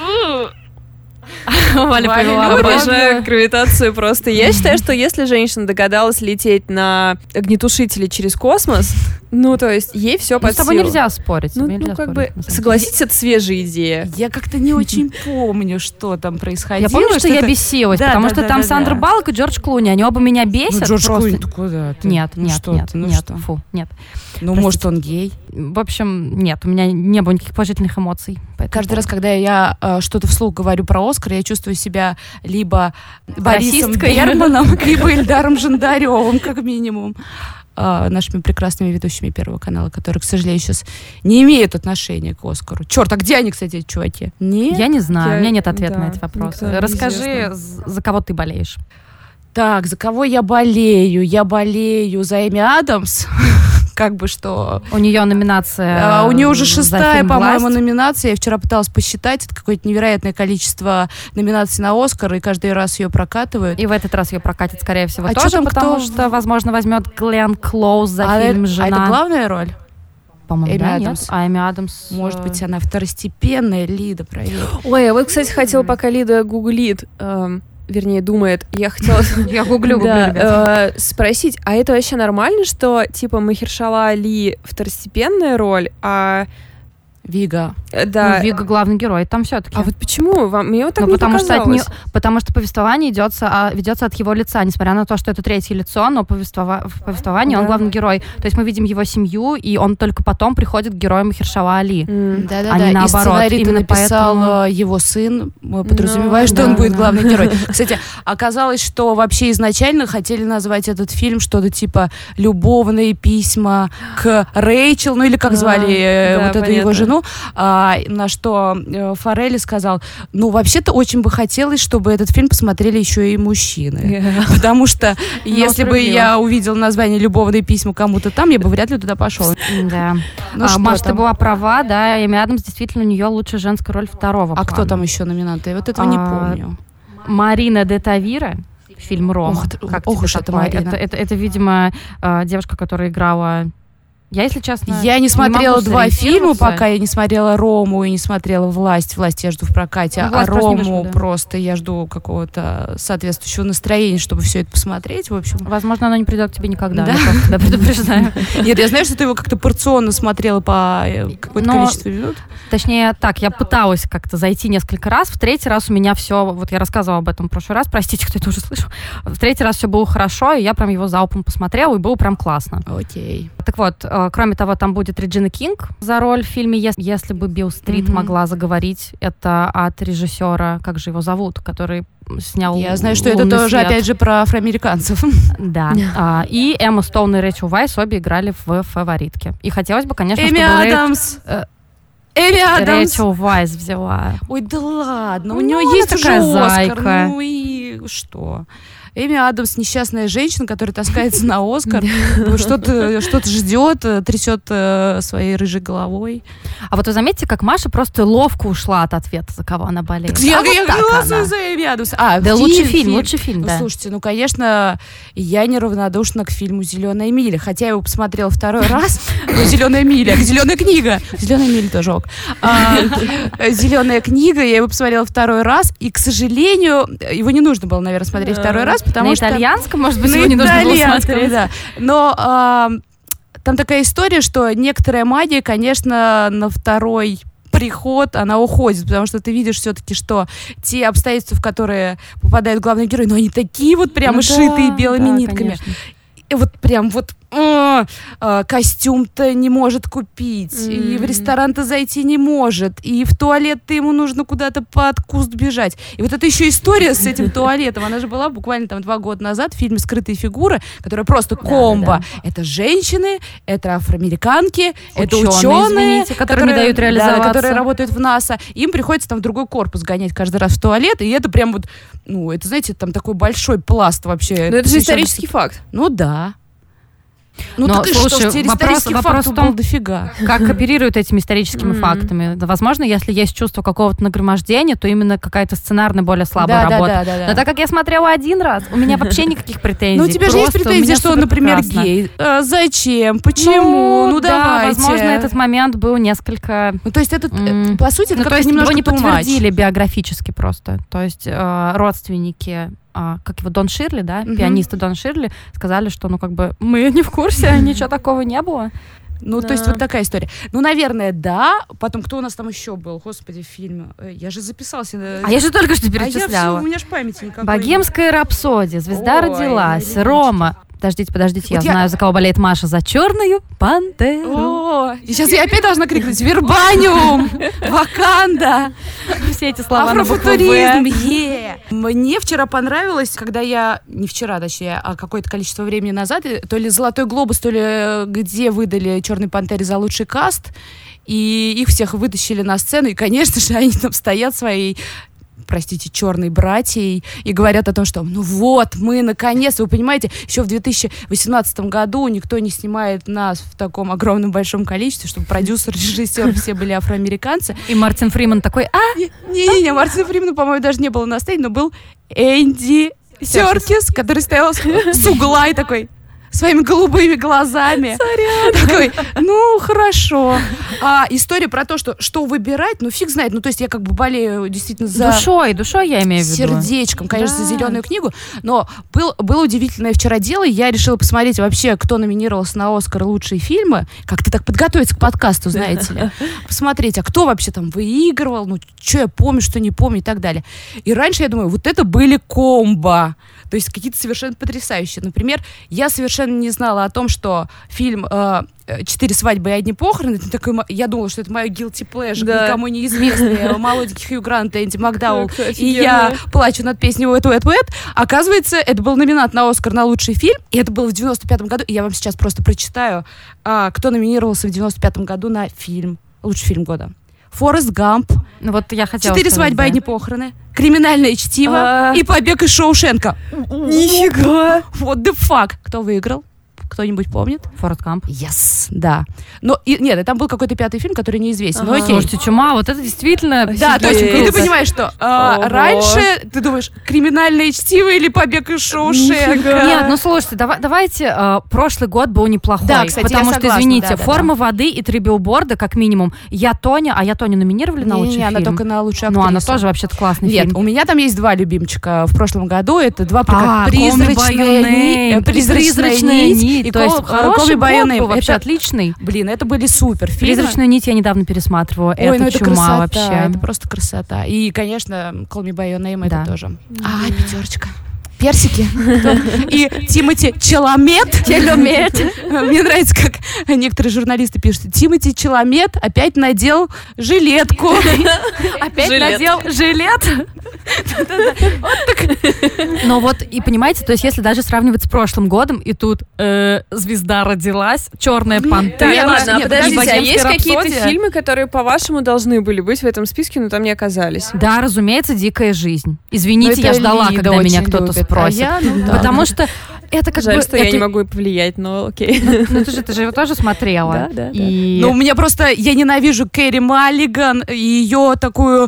Валя повела. Обожаю «Гравитацию» просто. Я считаю, что если женщина догадалась лететь на огнетушителе через космос, то есть ей все под силу. С тобой нельзя спорить. Согласитесь, это свежая идея. Я как-то не очень помню, что там происходило. Я помню, что я бесилась, потому что там Сандра Баллок и Джордж Клуни, они оба меня бесят. Джордж Клуни такой, да. Нет, фу, нет. Может, он гей? В общем, нет, у меня не было никаких положительных эмоций. Каждый раз, когда я что-то вслух говорю про «Оскар», я чувствую себя либо Борисом Берманом, либо Ильдаром Жандаревым, как минимум. Нашими прекрасными ведущими Первого канала, которые, к сожалению, сейчас не имеют отношения к «Оскару». Черт, а где они, кстати, эти чуваки? Нет? Я не знаю, у меня нет ответа на эти вопросы. Расскажи, за кого ты болеешь? Так, за кого я болею? Я болею за Эми Адамс. Как бы что... У нее номинация... У нее уже 6-я, по-моему, номинация. Я вчера пыталась посчитать. Это какое-то невероятное количество номинаций на «Оскар», и каждый раз ее прокатывают. И в этот раз ее прокатят, скорее всего, тоже, потому что, возможно, возьмет Гленн Клоуз за фильм «Жена». А это главная роль? По-моему, да, нет. А Эми Адамс... Может быть, она второстепенная, Лида, проверь. Ой, я вот, кстати, хотела, пока Лида гуглит... Вернее, думает, я хотела... Я гуглю, спросить, а это вообще нормально, что, типа, Махершала Али второстепенная роль, а... Вига. Да. Вига главный герой, там все-таки. А вот почему? Мне вот так не показалось. Потому что повествование ведется от его лица, несмотря на то, что это третье лицо, но в повествовании он главный герой. То есть мы видим его семью, и он только потом приходит к герою Махершала Али. Да-да-да, и сценарий написал его сын, подразумевая, что он будет главный герой. Кстати, оказалось, что вообще изначально хотели назвать этот фильм что-то типа «Любовные письма к Рэйчел», или как звали вот эту его жену. страну, на что Фаррелли сказал, ну, вообще-то очень бы хотелось, чтобы этот фильм посмотрели еще и мужчины. Потому что если бы я увидела название «Любовные письма» кому-то там, я бы вряд ли туда пошел. Да. Маша, ты была права, да, Эми Адамс действительно у нее лучшая женская роль второго плана. Кто там еще номинанты? Я вот этого не помню. Марина де Тавира, фильм «Рома». Ох уж это Марина. Это, видимо, девушка, которая играла... Я, если честно, я не смотрела два фильма, пока я не смотрела «Рому» и не смотрела «Власть». «Власть» я жду в прокате, а «Рому» просто я жду какого-то соответствующего настроения, чтобы все это посмотреть, в общем. Возможно, оно не придет к тебе никогда, я тебя предупреждаю. Нет, я знаю, что ты его как-то порционно смотрела по какое-то количество минут. Точнее, так, я пыталась как-то зайти несколько раз, в третий раз у меня все, вот я рассказывала об этом в прошлый раз, простите, кто это уже слышал, в третий раз все было хорошо, и я прям его залпом посмотрела, и было прям классно. Окей. Так вот, кроме того, там будет Реджина Кинг за роль в фильме «Если бы Билл Стрит могла заговорить». Это от режиссера, как же его зовут, который снял Я знаю, что это тоже, опять же, про афроамериканцев. Да. И Эмма Стоун и Рэйчел Вайс обе играли в «Фаворитке». И хотелось бы, конечно, Эми чтобы Адамс! Эми Адамс! Рэйчел Вайс взяла. Ой, да ладно, у нее есть уже Оскар. Ну и что? Эми Адамс — несчастная женщина, которая таскается на Оскар, что-то ждет, трясет своей рыжей головой. А вот вы заметите, как Маша просто ловко ушла от ответа, за кого она болеет. Я голосую за Эми Адамс. Да, лучший фильм, да. Слушайте, ну, конечно, я неравнодушна к фильму «Зеленая миля», хотя я его посмотрела второй раз. «Зеленая миля», «Зеленая книга». «Зеленая миля» тоже ок. «Зеленая книга», я его посмотрела второй раз, и, к сожалению, его не нужно было, наверное, смотреть второй раз, потому на что... итальянском, может быть, его не нужно было смотреть. Да. Но там такая история, что некоторая магия, конечно, на второй приход, она уходит, потому что ты видишь все-таки, что те обстоятельства, в которые попадают главные герои, но они такие вот прямо шитые белыми нитками. Конечно. И вот прям вот костюм-то не может купить, и в ресторан-то зайти не может, и в туалет-то ему нужно куда-то под куст бежать. И вот эта еще история с этим туалетом, она же была буквально там 2 года назад в фильме «Скрытые фигуры», которая просто комбо. Да. Это женщины, это афроамериканки, это ученые, которые не дают реализоваться. Которые работают в НАСА. Им приходится там в другой корпус гонять каждый раз в туалет, и это прям вот, ну, это, знаете, там такой большой пласт вообще. Но это же исторический факт. Ну да. Ну, но, так и слушай, что, вопрос в том, дофига. Как оперируют этими историческими фактами. Да, возможно, если есть чувство какого-то нагромождения, то именно какая-то сценарная более слабая работа. Да. Но так как я смотрела один раз, у меня вообще никаких претензий. Ну, у тебя же есть претензии, что он, например, гей. Зачем? Почему? Ну, давайте. Возможно, этот момент был несколько... Ну, то есть, это, по сути, это как-то немножко его не подтвердили биографически просто. То есть, родственники... как его, Дон Ширли, да, пианисты Дон Ширли, сказали, что, ну, как бы, мы не в курсе, ничего такого не было. Ну, то есть вот такая история. Ну, наверное, да. Потом, кто у нас там еще был? Господи, в фильме. Я же записался. А я же только что перечисляла. У меня же памяти никакой. «Богемская рапсодия», «Звезда родилась», «Рома». Подождите, я знаю, за кого болеет Маша. За «Черную пантеру». И сейчас я опять должна крикнуть: «Вербаниум! Ваканда!» Все эти слова на букву «В». Мне вчера понравилось, когда я... Не вчера, точнее, а какое-то количество времени назад, то ли «Золотой глобус», то ли где выдали «Черной пантере» за лучший каст, и их всех вытащили на сцену, и, конечно же, они там стоят своей... простите, черной братьей, и говорят о том, что ну вот, мы наконец, вы понимаете, еще в 2018 году никто не снимает нас в таком огромном большом количестве, чтобы продюсер, режиссер все были афроамериканцы. И Мартин Фриман такой, Не-не-не, Мартин Фримана, по-моему, даже не было на сцене, но был Энди Серкис, который стоял с угла и такой... своими голубыми глазами. Такой, ну, хорошо. А история про то, что выбирать, ну, фиг знает. Ну, то есть я как бы болею действительно за... Душой я имею в виду. Сердечком, конечно, за «Зеленую книгу». Но было удивительное вчера дело. Я решила посмотреть вообще, кто номинировался на «Оскар» лучшие фильмы. Как-то так подготовиться к подкасту, знаете ли. Посмотреть, а кто вообще там выигрывал, ну, что я помню, что не помню и так далее. И раньше я думаю, вот это были комбо. То есть какие-то совершенно потрясающие. Например, я совершенно не знала о том, что фильм «4 свадьбы и одни похороны», это такой, я думала, что это мое guilty pleasure, никому неизвестный, молоденький Хью Грант, Энди Макдауэлл, и я плачу над песней «Wet, Wet, Wet». Оказывается, это был номинант на «Оскар» на лучший фильм, и это было в 95-м году, и я вам сейчас просто прочитаю, кто номинировался в 95-м году на фильм Лучший фильм года. «Форест Гамп», Ну вот я хотела 4 свадьбы, одни похороны, «Криминальное чтиво» и «Побег из Шоушенка». Нифига! Вот the fuck. Кто выиграл? Кто-нибудь помнит? «Форест Гамп». Yes, да. Но нет, и там был какой-то 5-й фильм, который неизвестен. Ну окей. Слушайте, чума, вот это действительно... Да, то есть и ты понимаешь, что раньше ты думаешь, «Криминальное чтиво» или «Побег из Шоушенка». Нет, ну слушайте, давайте прошлый год был неплохой. Да, кстати, потому я что, согласна, извините, да. «Форма воды» и «3 билборда» как минимум. «Я Тоня», а «Я Тоню» номинировали на лучший Не, фильм? она только на лучшую Ну, актрису. она тоже вообще-то классный Нет, фильм. у меня там есть 2 любимчика в прошлом году. Это 2 Call Me by Your Name. «Призрачная нить» и То есть «Call Me by Your Name». был вообще Это, отличный. блин, это были супер фильмы. «Призрачную нить» я недавно пересматривала. Ой, это ну это чума красота, вообще. это просто красота. И, конечно, «Call Me by Your Name» Да. это тоже. 5. Персики. И Тимоти Чаламет. Мне нравится, как некоторые журналисты пишут. Тимоти Чаламет опять надел жилетку. Опять Жилет. надел жилет. Ну вот, и понимаете, то есть если даже сравнивать с прошлым годом, и тут звезда родилась, «Черная пантера». Ладно, нет, подождите, а «Богемская есть какие-то рапсодия». фильмы, которые, по-вашему, должны были быть в этом списке, но там не оказались? Да, разумеется, «Дикая жизнь». Извините, Ну, я это ждала, Лида когда меня очень кто-то любит, а спросит. я, ну, да. Потому что это как Жаль, бы... что я это- не могу повлиять, но окей. Ну, ты же его тоже смотрела. Да. И... Ну, у меня просто... Я ненавижу Кэрри Маллиган и ее такую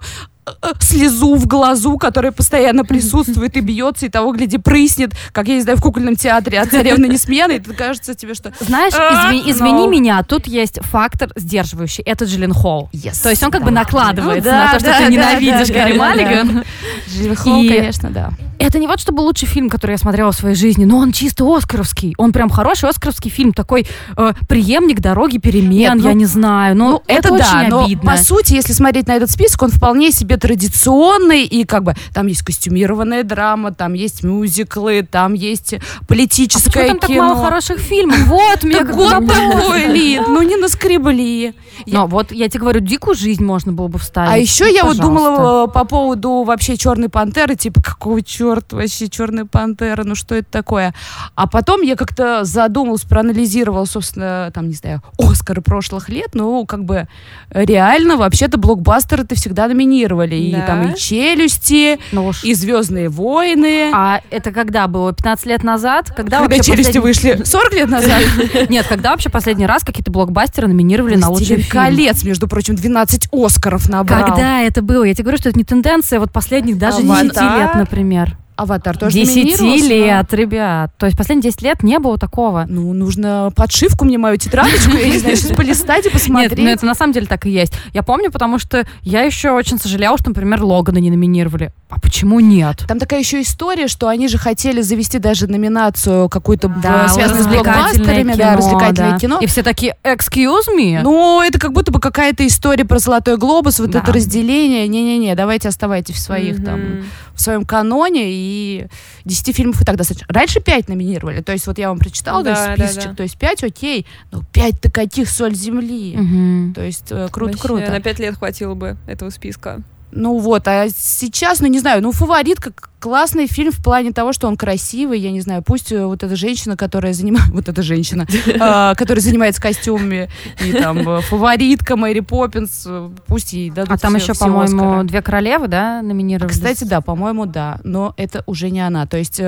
слезу в глазу, которая постоянно присутствует и бьется, и того, гляди, прыснет, как, я не знаю, в кукольном театре от «Царевны Несмены», и кажется тебе, что... Знаешь, извини меня, тут есть фактор сдерживающий. Это Джилленхол. Yes, То есть он как бы да. накладывается Ну да, на то, что да, ты да, ненавидишь да, Кэрри да, Маллиган. Джилленхол, И- конечно, да. Это не вот чтобы лучший фильм, который я смотрела в своей жизни, но он чисто оскаровский. Он прям хороший оскаровский фильм, такой преемник «Дороги перемен», Нет, ну, я не знаю. Ну, это да, очень но обидно. по сути, если смотреть на этот список, он вполне себе традиционный, и как бы там есть костюмированная драма, там есть мюзиклы, там есть А политическое почему там так кино. мало хороших фильмов? Вот, меня Так как год бы такой, Лид, ну не наскребли. Но вот я тебе говорю, «Дикую жизнь» можно было бы вставить. А еще Ну, я вот пожалуйста. думала по поводу вообще «Черной пантеры», типа, какого черта вообще «Черная пантера», ну что это такое? А потом я как-то задумалась, проанализировала, собственно, там, не знаю, «Оскары» прошлых лет, ну, как бы реально, вообще-то, блокбастеры-то всегда номинировали. И Да. там и «Челюсти», Ну уж. и «Звездные войны». А это когда было? 15 лет назад? Когда Когда вообще «Челюсти» последний- вышли 40 лет назад. Нет, когда вообще последний раз какие-то блокбастеры номинировали на лучший «Властелин фильм? колец», между прочим, 12 «Оскаров» набрал. Когда это было? Я тебе говорю, что это не тенденция вот последних даже «Аватар». 10 лет, например. «Аватар» тоже 10 номинировался, да? лет, ребят. То есть последние 10 лет не было такого. Ну, нужно подшивку мне, мою тетрадочку, я не знаю, сейчас полистать и посмотреть. Нет, ну это на самом деле так и есть. Я помню, потому что я еще очень сожалела, что, например, «Логана» не номинировали. А почему нет? Там такая еще история, что они же хотели завести даже номинацию какую-то, Да, связанную с развлекательное блокбастерами, да, развлекательное да. кино. И все такие, excuse me? Ну, это как будто бы какая-то история про «Золотой глобус», вот Да. это разделение. Не-не-не, давайте оставайтесь в своих там, в своем каноне, и 10 фильмов и так достаточно. Раньше 5 номинировали, то есть вот я вам прочитала, то Да, есть да, списочек, да. то есть 5, окей, но 5-то каких соль земли. Мгм. То есть Вообще, круто-круто. На 5 лет хватило бы этого списка. Ну вот, а сейчас, ну не знаю, ну «Фаворитка» классный фильм в плане того, что он красивый, я не знаю, пусть вот эта женщина, которая занимается, вот эта женщина, которая занимается костюмами, и там «Фаворитка», Мэри Поппинс, пусть ей дадут А там все- еще, все по-моему, Оскары. «Две королевы», да, номинировали? Кстати, да, по-моему, да, но это уже не она, то есть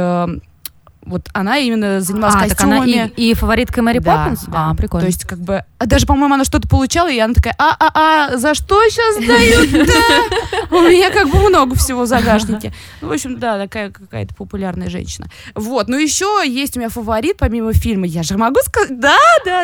вот она именно занималась так она костюмами. и фаворитка Мэри Да, Поппинс? да. А, прикольно. То есть, как бы, даже, по-моему, она что-то получала, и она такая, за что сейчас дают-то? У меня как бы много всего в загашнике. Ну, в общем, да, такая какая-то популярная женщина. Вот, ну еще есть у меня фаворит, помимо фильма, я же могу сказать, да.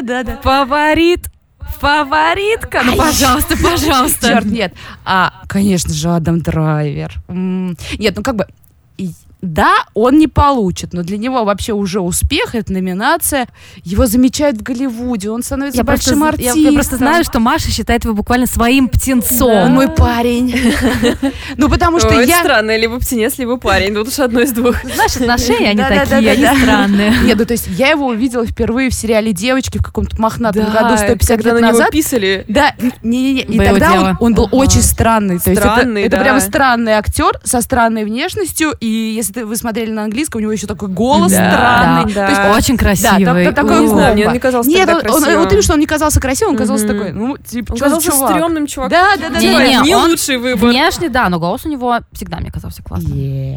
Фаворитка? Ну, пожалуйста, пожалуйста. Черт, нет. Конечно же, Адам Драйвер. Нет, ну как бы... Да, он не получит, но для него вообще уже успех, это номинация. Его замечают в Голливуде, он становится большим артистом. Я просто знаю, что Маша считает его буквально своим Он птенцом. мой парень. Ну, потому что Ой, это я... странно, либо птенец, либо парень. Тут уж одно из двух. Наши отношения, они Да-да-да-да-да. такие, они странные. Нет, ну то есть я его увидела впервые в сериале «Девочки» в каком-то мохнатом году 150 когда лет на него назад. писали. Да, не-не-не. И Было тогда дело. он был очень странный. То есть Странный, это да. прямо странный актер со странной внешностью. И если если вы смотрели на английском, у него еще такой голос странный. Да. То есть очень красивый. Не знаю, мне он не казался тогда красивым. Вот именно, что он не казался красивым, он казался такой, он казался стрёмным чуваком. Да. Не лучший выбор. Внешне, да, но голос у него всегда мне казался классным.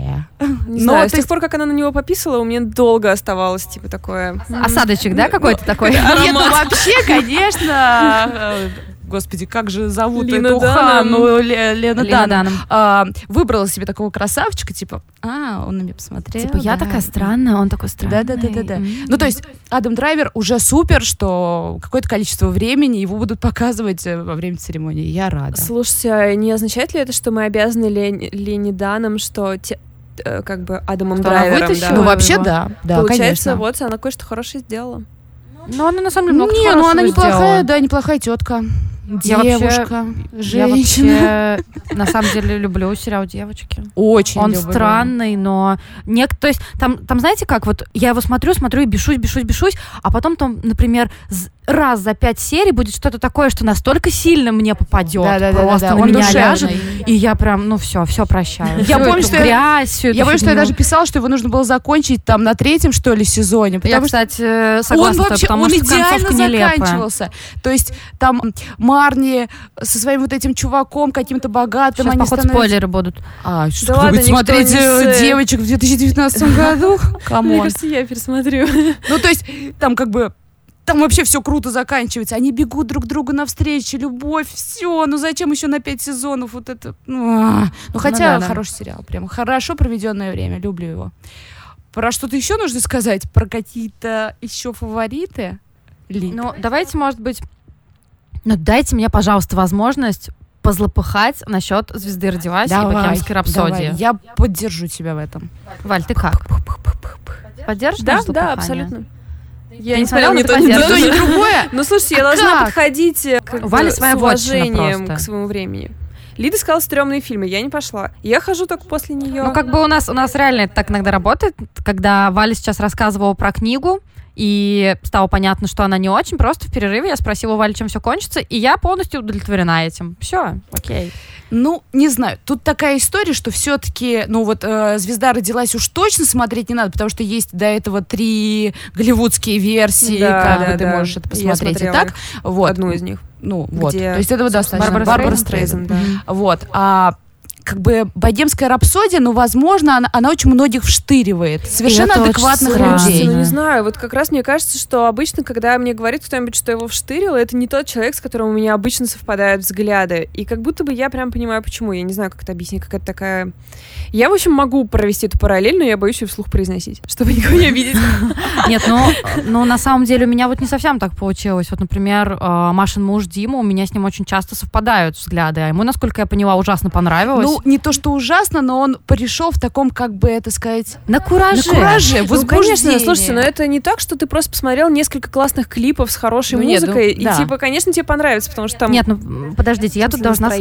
Не знаю, с тех пор, как она на него пописала, у меня долго оставалось, типа, такое... Осадочек, да, какой-то такой? Нет, ну вообще, конечно... Господи, как же зовут Лена эту Данном. Ханну? Лена Данном. Данном. Выбрала себе такого красавчика, типа, он на меня посмотрел. Типа, я такая странная, он такой странный. Да. Ну, то есть, Адам Драйвер уже супер, что какое-то количество времени его будут показывать во время церемонии. Я рада. Слушайте, а не означает ли это, что мы обязаны Лене Данном, что как бы Адамом Драйвером? вытащила? Ну, вообще, да. Получается, конечно. вот она кое-что хорошее сделала. Ну, она на самом деле много Не, ну она неплохая, сделала. да, неплохая тетка. Я Девушка, Я женщина. вообще, на самом деле, люблю сериал «Девочки». Очень Он люблю. странный, но... То есть, там, знаете как, вот я его смотрю и бешусь, а потом там, например, раз за 5 серий будет что-то такое, что настолько сильно мне попадет, просто на он меня душевный. ляжет, и я прям, все прощаю. Я помню, что грязь, Я помню, что я даже писала, что его нужно было закончить там на 3-м, что ли, сезоне. Я, Потому что кстати, согласна, он вообще, потому он что идеально концовка нелепая. заканчивался. То есть там Марни со своим вот этим чуваком каким-то богатым, Сейчас, они походу, становятся... спойлеры будут. Что Да кто ладно, будет никто смотреть не девочек в 2019 году? Мне Камон. кажется, я пересмотрю. Ну, то есть там как бы... Там вообще все круто заканчивается. Они бегут друг другу навстречу, любовь, все. Ну зачем еще на 5 сезонов вот это? Ну хотя да. хороший сериал, прям хорошо проведенное время, люблю его. Про что-то еще нужно сказать? Про какие-то еще фавориты? Ну, давайте, может быть... дайте мне, пожалуйста, возможность позлопыхать насчет «Звезды родилась» и «Богемской рапсодии». Давай, я поддержу тебя в этом. Валь, ты как? Поддержишь Да, наше злопыхание? абсолютно. Я не смотрела, но ты То, поддержишь. ни другое. Ну, слушайте, я А должна как? подходить У Вали с своя вотчина уважением просто. к своему времени. Лида сказала стрёмные фильмы, я не пошла. Я хожу только после нее. Ну, как бы у нас реально это так иногда работает, когда Валя сейчас рассказывала про книгу, и стало понятно, что она не очень, просто в перерыве я спросила у Вали, чем все кончится, и я полностью удовлетворена этим. Все, окей. Ну, не знаю. Тут такая история, что все-таки, «Звезда родилась» уж точно смотреть не надо, потому что есть до этого 3 голливудские версии, ты можешь это посмотреть и так. Вот. Одну из них. Ну, вот. Где, то есть этого достаточно. Барбара Стрейзанд. да. Вот. Как бы «Богемская рапсодия», возможно, она очень многих вштыривает. Совершенно это очень адекватных странно. людей. Ну, не знаю, вот как раз мне кажется, что обычно, когда мне говорит кто-нибудь, что его вштырило, это не тот человек, с которым у меня обычно совпадают взгляды. И как будто бы я прям понимаю, почему. Я не знаю, как это объяснить, какая-то такая... Я, в общем, могу провести эту параллель, но я боюсь ее вслух произносить, чтобы никого не обидеть. Нет, ну на самом деле у меня вот не совсем так получилось. Вот, например, Машин муж Дима, у меня с ним очень часто совпадают взгляды, а ему, насколько я поняла, ужасно понравилось. Ну, не то, что ужасно, но он пришел в таком, как бы это сказать... На кураже. Ну, конечно, слушайте, но это не так, что ты просто посмотрел несколько классных клипов с хорошей музыкой, и, типа, конечно, тебе понравится, потому что там... Нет, ну, подождите, я тут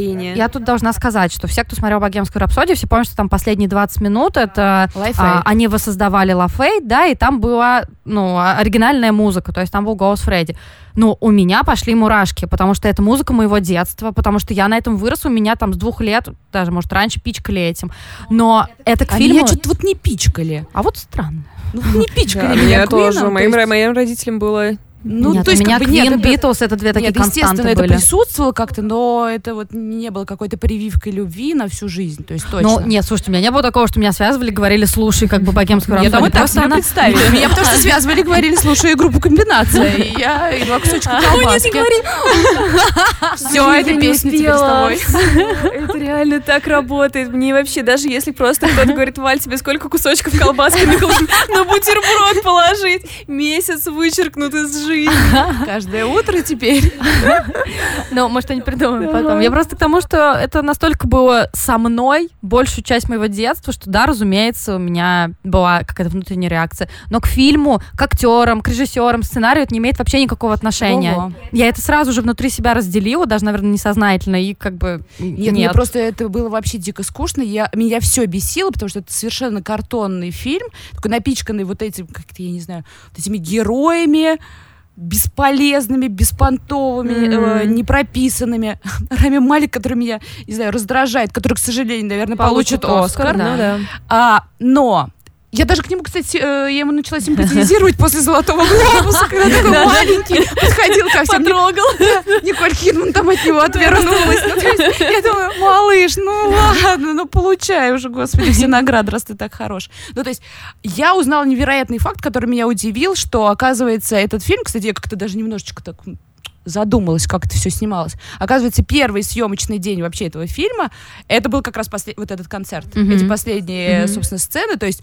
должна сказать, что все, кто смотрел «Богемскую рапсодию», все помнят, что там последние 20 минут, это они воссоздавали Лафейт, да, и там была, оригинальная музыка, то есть там был голос Фредди. Но у меня пошли мурашки, потому что это музыка моего детства, потому что я на этом выросла, у меня там с 2 лет, даже, может, раньше пичкали этим. Но это к фильму... Меня что-то вот не пичкали. А вот странно. Не пичкали Да, меня меня тоже. Квином, Моим родителям было... Нет, у меня Queen, Beatles, это 2 такие константы естественно, это были. присутствовало как-то, но это вот не было какой-то прививкой любви на всю жизнь, то есть точно. Ну, нет, слушайте, у меня не было такого, что меня связывали, говорили, слушай, как бы «Богемскую Нет, рапсодию». мы так себе представили. Меня потому что связывали, говорили, слушай группу «Комбинация», и я и 2 кусочка колбаски. Все, эта песня теперь с тобой. Это реально так работает. Мне вообще, даже если просто кто-то говорит: Валь, тебе сколько кусочков колбаски на бутерброд положить? Месяц вычеркнут из жизни. Каждое утро теперь. Ну, мы что-нибудь придумаем потом. Я просто к тому, что это настолько было со мной большую часть моего детства, что да, разумеется, у меня была какая-то внутренняя реакция. Но к фильму, к актерам, к режиссерам, сценарию это не имеет вообще никакого отношения. Ого. Я это сразу же внутри себя разделила, даже, наверное, несознательно, и как бы Нет, мне просто это было вообще дико скучно. Меня все бесило, потому что это совершенно картонный фильм, такой напичканный вот этим, как-то, я не знаю, вот этими героями, бесполезными, беспонтовыми, непрописанными. Рами Малик, который меня, не знаю, раздражает, который, к сожалению, наверное, получит Оскар. Но я даже к нему, кстати, я ему начала симпатизировать после «Золотого глобуса», когда такой маленький подходил ко всем. Потрогал. Николь Кидман там от него отвернулась. Я думаю, малыш, ладно, получай уже, господи, все награды, раз ты так хорош. То есть я узнала невероятный факт, который меня удивил, что, оказывается, этот фильм, кстати, я как-то даже немножечко так задумалась, как это все снималось. Оказывается, первый съемочный день вообще этого фильма, это был как раз вот этот концерт, эти последние, собственно, сцены, то есть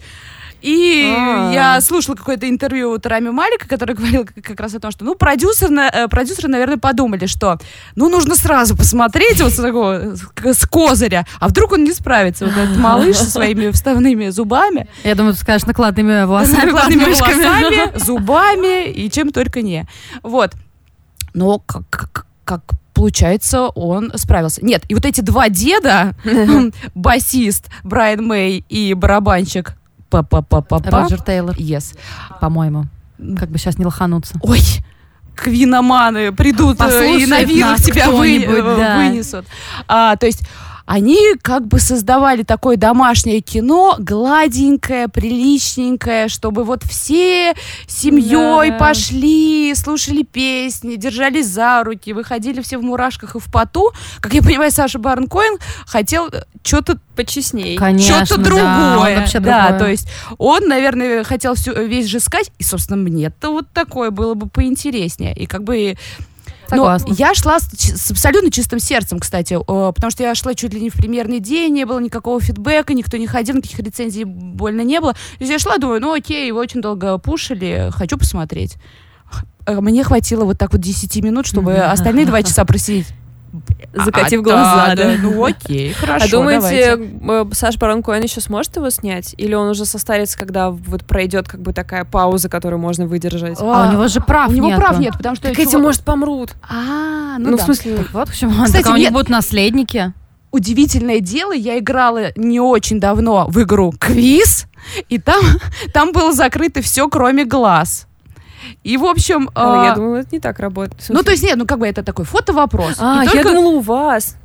я слушала какое-то интервью Рами Малика, который говорил как раз о том, что, продюсеры, наверное, подумали, что, нужно сразу посмотреть вот с козыря, а вдруг он не справится, вот этот малыш со своими вставными зубами. Я думаю, ты скажешь, накладными волосами. Накладными волосами, зубами и чем только не. Вот. Но как получается, он справился. Нет, и вот эти два деда, басист Брайан Мэй и барабанщик Роджер Тейлор. Yes. По-моему. Как бы сейчас не лохануться. Ой, квиноманы придут и на вилах тебя вынесут. То есть они как бы создавали такое домашнее кино, гладенькое, приличненькое, чтобы вот все семьей пошли, слушали песни, держались за руки, выходили все в мурашках и в поту. Как я понимаю, Саша Барон Коэн хотел что-то почестней. Конечно, что-то другое. Да, то есть он, наверное, хотел весь же сказать, и, собственно, мне-то вот такое было бы поинтереснее. И как бы... Согласна. Но я шла с абсолютно чистым сердцем, кстати, потому что я шла чуть ли не в премьерный день, не было никакого фидбэка, никто не ходил, никаких рецензий больно не было. То есть я шла, думаю, окей, его очень долго пушили, хочу посмотреть. Мне хватило вот так вот 10 минут, чтобы остальные 2 часа просидеть. Закатив глаза, да. Окей, хорошо, А думаете, Саша Барон Коэн еще сможет его снять? Или он уже состарится, когда вот пройдет как бы такая пауза, которую можно выдержать? А у него же прав нет. У него прав нет, потому что... Так эти, может, помрут. Ну в смысле... Так вот, почему? Кстати, у них будут наследники. Удивительное дело, я играла не очень давно в игру «Квиз», и там было закрыто все, кроме глаз. И, в общем... я думала, это не так работает. То есть, нет, как бы это такой фото-вопрос. Я думала, у вас.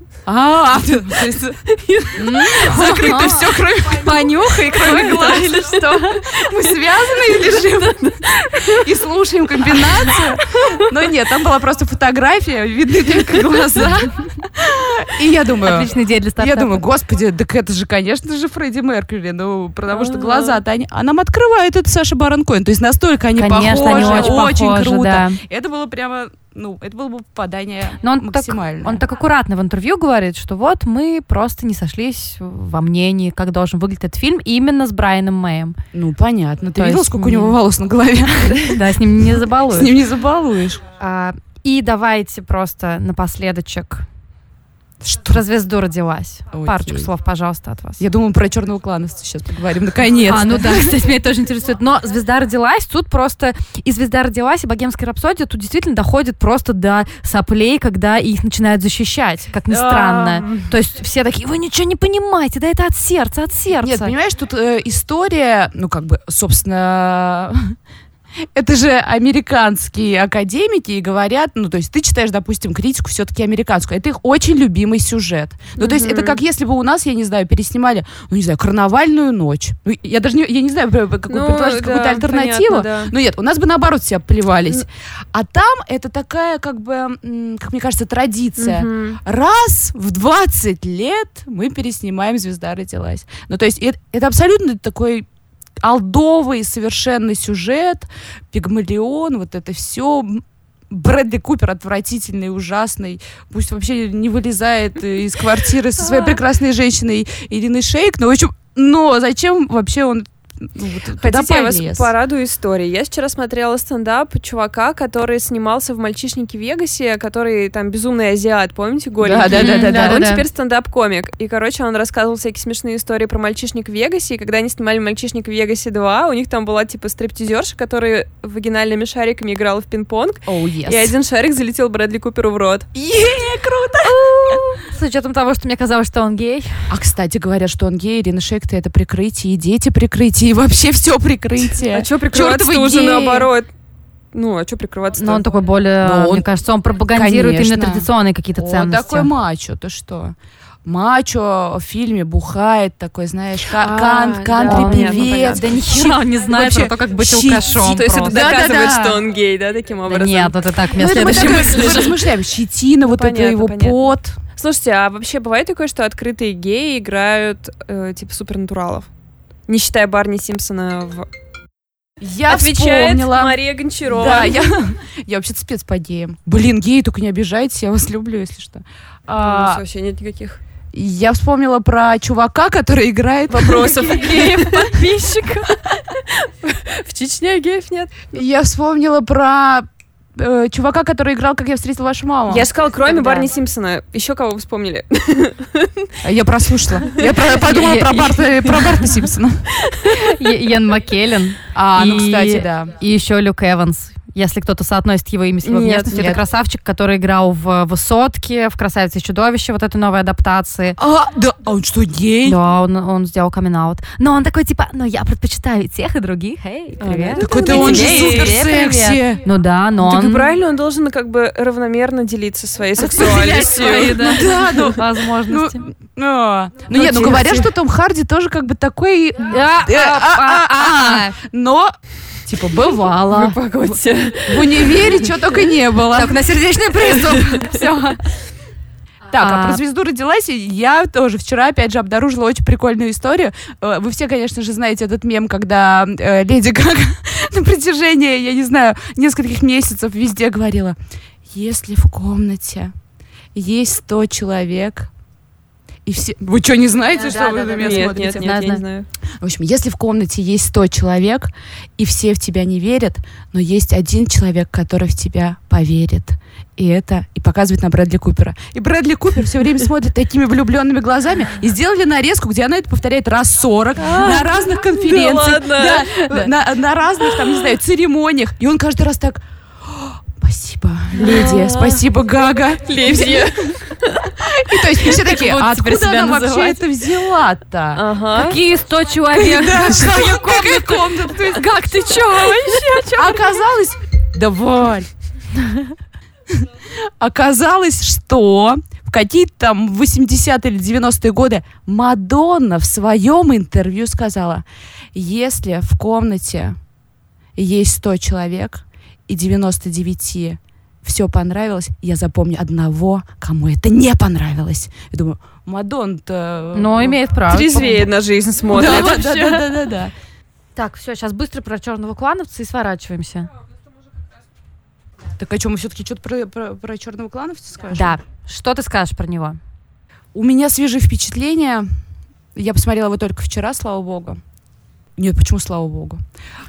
Закрыто все, кроме... Понюхай, кроме глаз. Или что? Мы связаны и лежим и слушаем комбинацию. Но нет, там была просто фотография, видны только глаза. И я думаю... Отличная идея для стартапа. Я думаю, господи, так это же, конечно же, Фредди Меркьюри. Потому что глаза-то а нам открывают это Саша Барон Коэн. То есть настолько они похожи, очень круто. Да. Это было прямо... это было бы попадание максимальное. Он так аккуратно в интервью говорит, что вот мы просто не сошлись во мнении, как должен выглядеть этот фильм именно с Брайаном Мэем. Понятно. Ты видела, сколько у него волос на голове? Да, с ним не забалуешь. С ним не забалуешь. И давайте просто напоследочек... Что? Про звезду родилась. Окей. Парочку слов, пожалуйста, от вас. Я думаю, про Черного клана сейчас поговорим, наконец-то. Да, кстати, меня тоже интересует. Но звезда родилась, тут просто и звезда родилась, и Богемская рапсодия тут действительно доходит просто до соплей, когда их начинают защищать, как ни странно. То есть все такие, вы ничего не понимаете, да это от сердца, от сердца. Нет, понимаешь, тут история, собственно... Это же американские академики и говорят, то есть ты читаешь, допустим, критику все-таки американскую, это их очень любимый сюжет. То есть это как если бы у нас, я не знаю, переснимали, «Карнавальную ночь». Я даже не знаю, предложить какую-то альтернативу. Понятно, да. Но нет, у нас бы наоборот все плевались. А там это такая, как бы, как мне кажется, традиция. Раз в 20 лет мы переснимаем «Звезда родилась». То есть это абсолютно такой... олдовый совершенно сюжет, Пигмалион, вот это все. Брэдли Купер отвратительный, ужасный. Пусть вообще не вылезает из квартиры со своей прекрасной женщиной Ириной Шейк. Но зачем вообще он... Хотите, я вас порадую историей. Я вчера смотрела стендап чувака, который снимался в «Мальчишнике в Вегасе», который там безумный азиат, помните, голенький? Да. Он теперь стендап-комик. И, он рассказывал всякие смешные истории про «Мальчишник в Вегасе», и когда они снимали «Мальчишник в Вегасе 2», у них там была типа стриптизерша, которая вагинальными шариками играла в пинг-понг, и один шарик залетел Брэдли Куперу в рот. Круто! С учетом того, что мне казалось, что он гей. А, кстати, говорят, что он гей, Ирина Шейк-то это прикрытие, и дети прикрытие, и вообще все прикрытие. А что прикрываться-то уже наоборот? Ну, а что прикрываться-то? Но он такой более, мне кажется, он пропагандирует именно традиционные какие-то ценности. Он такой мачо, ты что? Мачо в фильме бухает, такой, знаешь, кантри-певец. Да нихера он не знает про то, как быть алкашом. То есть это доказывает, что он гей, да, таким образом? Нет, это так, мне следующий мысль. Мы размышляем, щетина, вот это его пот. Слушайте, а вообще бывает такое, что открытые геи играют типа супернатуралов? Не считая Барни Симпсона в... Я Отвечает вспомнила. Мария Гончарова. Да, я вообще-то спец по геям. Блин, геи, только не обижайтесь, я вас люблю, если что. У нас вообще нет никаких. Я вспомнила про чувака, который играет... Вопросов геев подписчиков. В Чечне геев нет. Я вспомнила про чувака, который играл «Как я встретил вашу маму». Я сказала, кроме Барни Симпсона. Еще кого вы вспомнили? Я прослушала. Я подумала про Барта Симпсона. Иэн Маккеллен. Ну, кстати, да. И еще Люк Эванс. Если кто-то соотносит его имя с его внешностью, это красавчик, который играл в «Высотке», в «Красавице и чудовище», вот этой новой адаптации. Да, а он что, гей? Да, он сделал камин-аут. Но он такой, типа, я предпочитаю и тех, и других. Эй, привет. Так это он же супер секси. Ну да, но так правильно, он должен как бы равномерно делиться своей сексуальностью. Да, возможности. Нет, говорят, что Том Харди тоже как бы такой... Но... Типа, бывало. Вы погодьте. В универе чего только не было. Так, на сердечный приступ. Все. Так, а про звезду родилась, я тоже вчера, опять же, обнаружила очень прикольную историю. Вы все, конечно же, знаете этот мем, когда Леди Гага на протяжении, я не знаю, нескольких месяцев везде говорила: если в комнате есть 100 человек, и все... Вы что, не знаете, что вы на меня смотрите? Нет, я не знаю. В общем, если в комнате есть 100 человек, и все в тебя не верят, но есть один человек, который в тебя поверит. И показывает на Брэдли Купера. И Брэдли Купер все время смотрит такими влюбленными глазами. И сделали нарезку, где она это повторяет раз 40 на разных конференциях. На разных, там, не знаю, церемониях. И он каждый раз так: спасибо, леди, спасибо, Гага. Леди. И то есть все такие: откуда она вообще это взяла-то? Какие 100 человек? Какая комната? Как ты чё вообще? Оказалось... Давай. Оказалось, что в какие-то там 80-е или 90-е годы Мадонна в своем интервью сказала: если в комнате есть 100 человек и 99 все понравилось, я запомню одного, кому это не понравилось. Я думаю, Мадонна-то... Но имеет право. Трезвее на жизнь смотрит. Да. Так, все, сейчас быстро про черного клановца и сворачиваемся. Так а что, мы все-таки что-то про черного клановца скажем? Да. Что ты скажешь про него? У меня свежие впечатления. Я посмотрела его только вчера, слава богу. Нет, почему слава богу?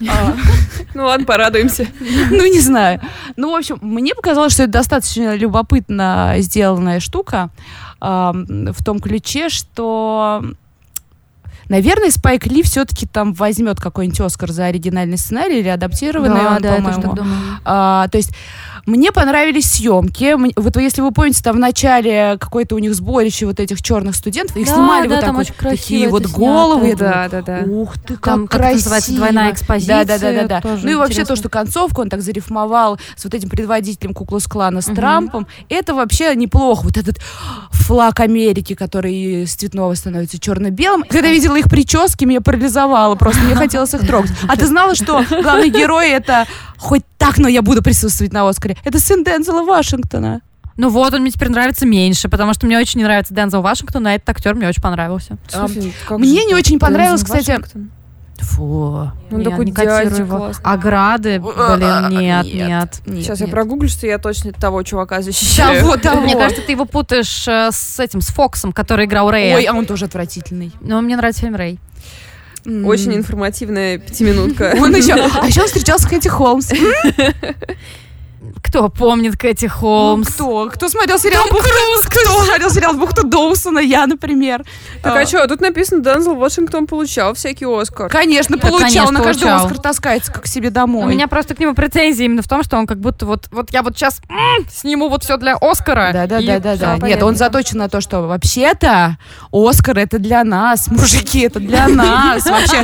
Ну ладно, порадуемся. Ну, не знаю. Ну, в общем, мне показалось, что это достаточно любопытно сделанная штука в том ключе, что... Наверное, Спайк Ли все-таки там возьмет какой-нибудь Оскар за оригинальный сценарий или адаптированный, да, он, да, по-моему. я тоже так думаю. То есть мне понравились съемки. Вот если вы помните, там в начале какое-то у них сборище вот этих черных студентов, их снимали вот так вот, такие вот головы. Да. Ух ты, там, как красиво. Называется, двойная экспозиция. Да. Ну и вообще то, что концовку он так зарифмовал с вот этим предводителем Ку-клукс-клана, с Трампом, это вообще неплохо. Вот этот флаг Америки, который с цветного становится черно-белым. Когда я видела их прически, меня парализовало просто, мне хотелось их трогать. А ты знала, что главный герой это хоть так, но я буду присутствовать на Оскаре? Это сын Дензела Вашингтона. Ну вот, он мне теперь нравится меньше, потому что мне очень не нравится Дензел Вашингтон, а этот актер мне очень понравился. Мне не очень понравилось, кстати... Фу. Он такой дядя классный. Ограды, нет. Сейчас я прогуглю, что я точно того чувака защищаю. Того. Мне кажется, ты его путаешь с Фоксом, который играл Рэя. Ой, а он тоже отвратительный. Но мне нравится фильм «Рэй». Очень информативная 5-минутка. А еще он встречался с Кэти Холмс. Кто помнит Кэти Холмс? Кто смотрел сериал Кто смотрел сериал Бухта Доусона? Я, например. Так а что, тут написано, Дензел Вашингтон получал всякий Оскар. Конечно, получал. На каждый Оскар таскается как к себе домой. У меня просто к нему претензии именно в том, что он как будто вот я вот сейчас сниму вот все для Оскара. Да. Нет, он заточен на то, что вообще-то Оскар — это для нас, мужики, это для нас. Вообще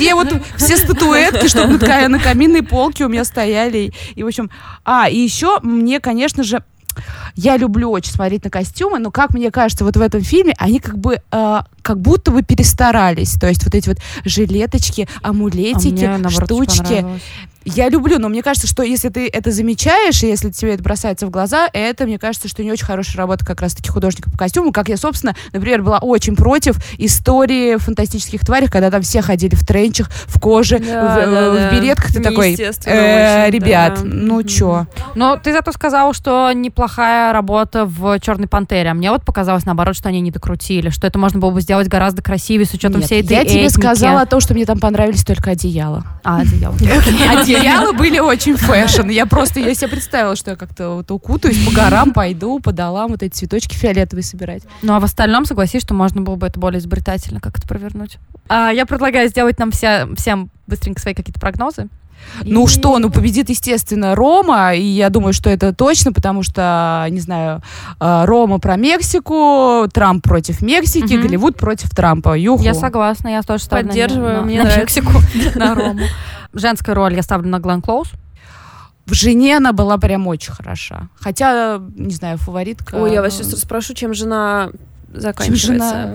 все статуэтки, чтобы на каминной полке у меня стояли. И, в общем... И еще мне, конечно же, я люблю очень смотреть на костюмы, но, как мне кажется, вот в этом фильме они как будто бы перестарались. То есть вот эти вот жилеточки, амулетики, мне, наоборот, штучки. Я люблю, но мне кажется, что если ты это замечаешь, и если тебе это бросается в глаза, это, мне кажется, что не очень хорошая работа как раз-таки художника по костюму. Как я, собственно, например, была очень против истории в «Фантастических тварях», когда там все ходили в тренчах, в коже, в беретках. Ты такой, ребят, ну чё? Но ты зато сказала, что неплохая работа в «Черной пантере». А мне вот показалось, наоборот, что они не докрутили, что это можно было бы сделать гораздо красивее с учетом всей этой этники. Я тебе сказала о том, что мне там понравились только одеяла. Одеяло. Одеяла были очень фэшн. Я себе представила, что я как-то вот укутаюсь по горам, пойду по долам вот эти цветочки фиолетовые собирать. Ну, а в остальном, согласись, что можно было бы это более изобретательно как это провернуть. Я предлагаю сделать нам всем быстренько свои какие-то прогнозы. Победит, естественно, Рома, и я думаю, что это точно, потому что, не знаю, Рома про Мексику, Трамп против Мексики, Голливуд против Трампа. Юху. Я согласна, я тоже ставлю поддерживаю, мне на Мексику, на Рому. Женская роль я ставлю на Глен Клоуз. В «Жене» она была прям очень хороша. Хотя, не знаю, фаворитка. Ой, я вас сейчас спрошу, чем жена заканчивается.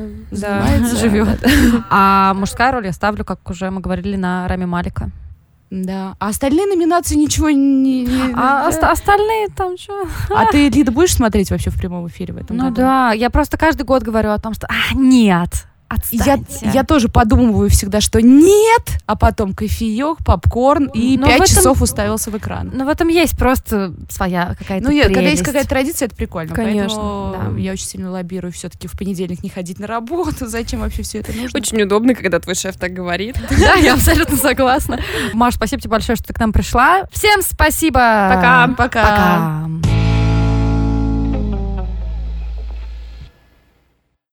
Живет. А мужская роль я ставлю, как уже мы говорили, на Рами Малика. Да. А остальные номинации ничего не... Остальные там что? А ты, Лида, будешь смотреть вообще в прямом эфире в этом году? Ну да, я просто каждый год говорю о том, что нет, отстаньте. Я тоже подумываю всегда, что нет, а потом кофеек, попкорн и 5 часов уставился в экран. Ну в этом есть просто своя какая-то прелесть. Когда есть какая-то традиция, это прикольно. Конечно, поэтому я очень сильно лоббирую все-таки в понедельник не ходить на работу. Зачем вообще все это нужно? Очень удобно, когда твой шеф так говорит. Да, я абсолютно согласна. Маш, спасибо тебе большое, что ты к нам пришла. Всем спасибо. Пока. Пока.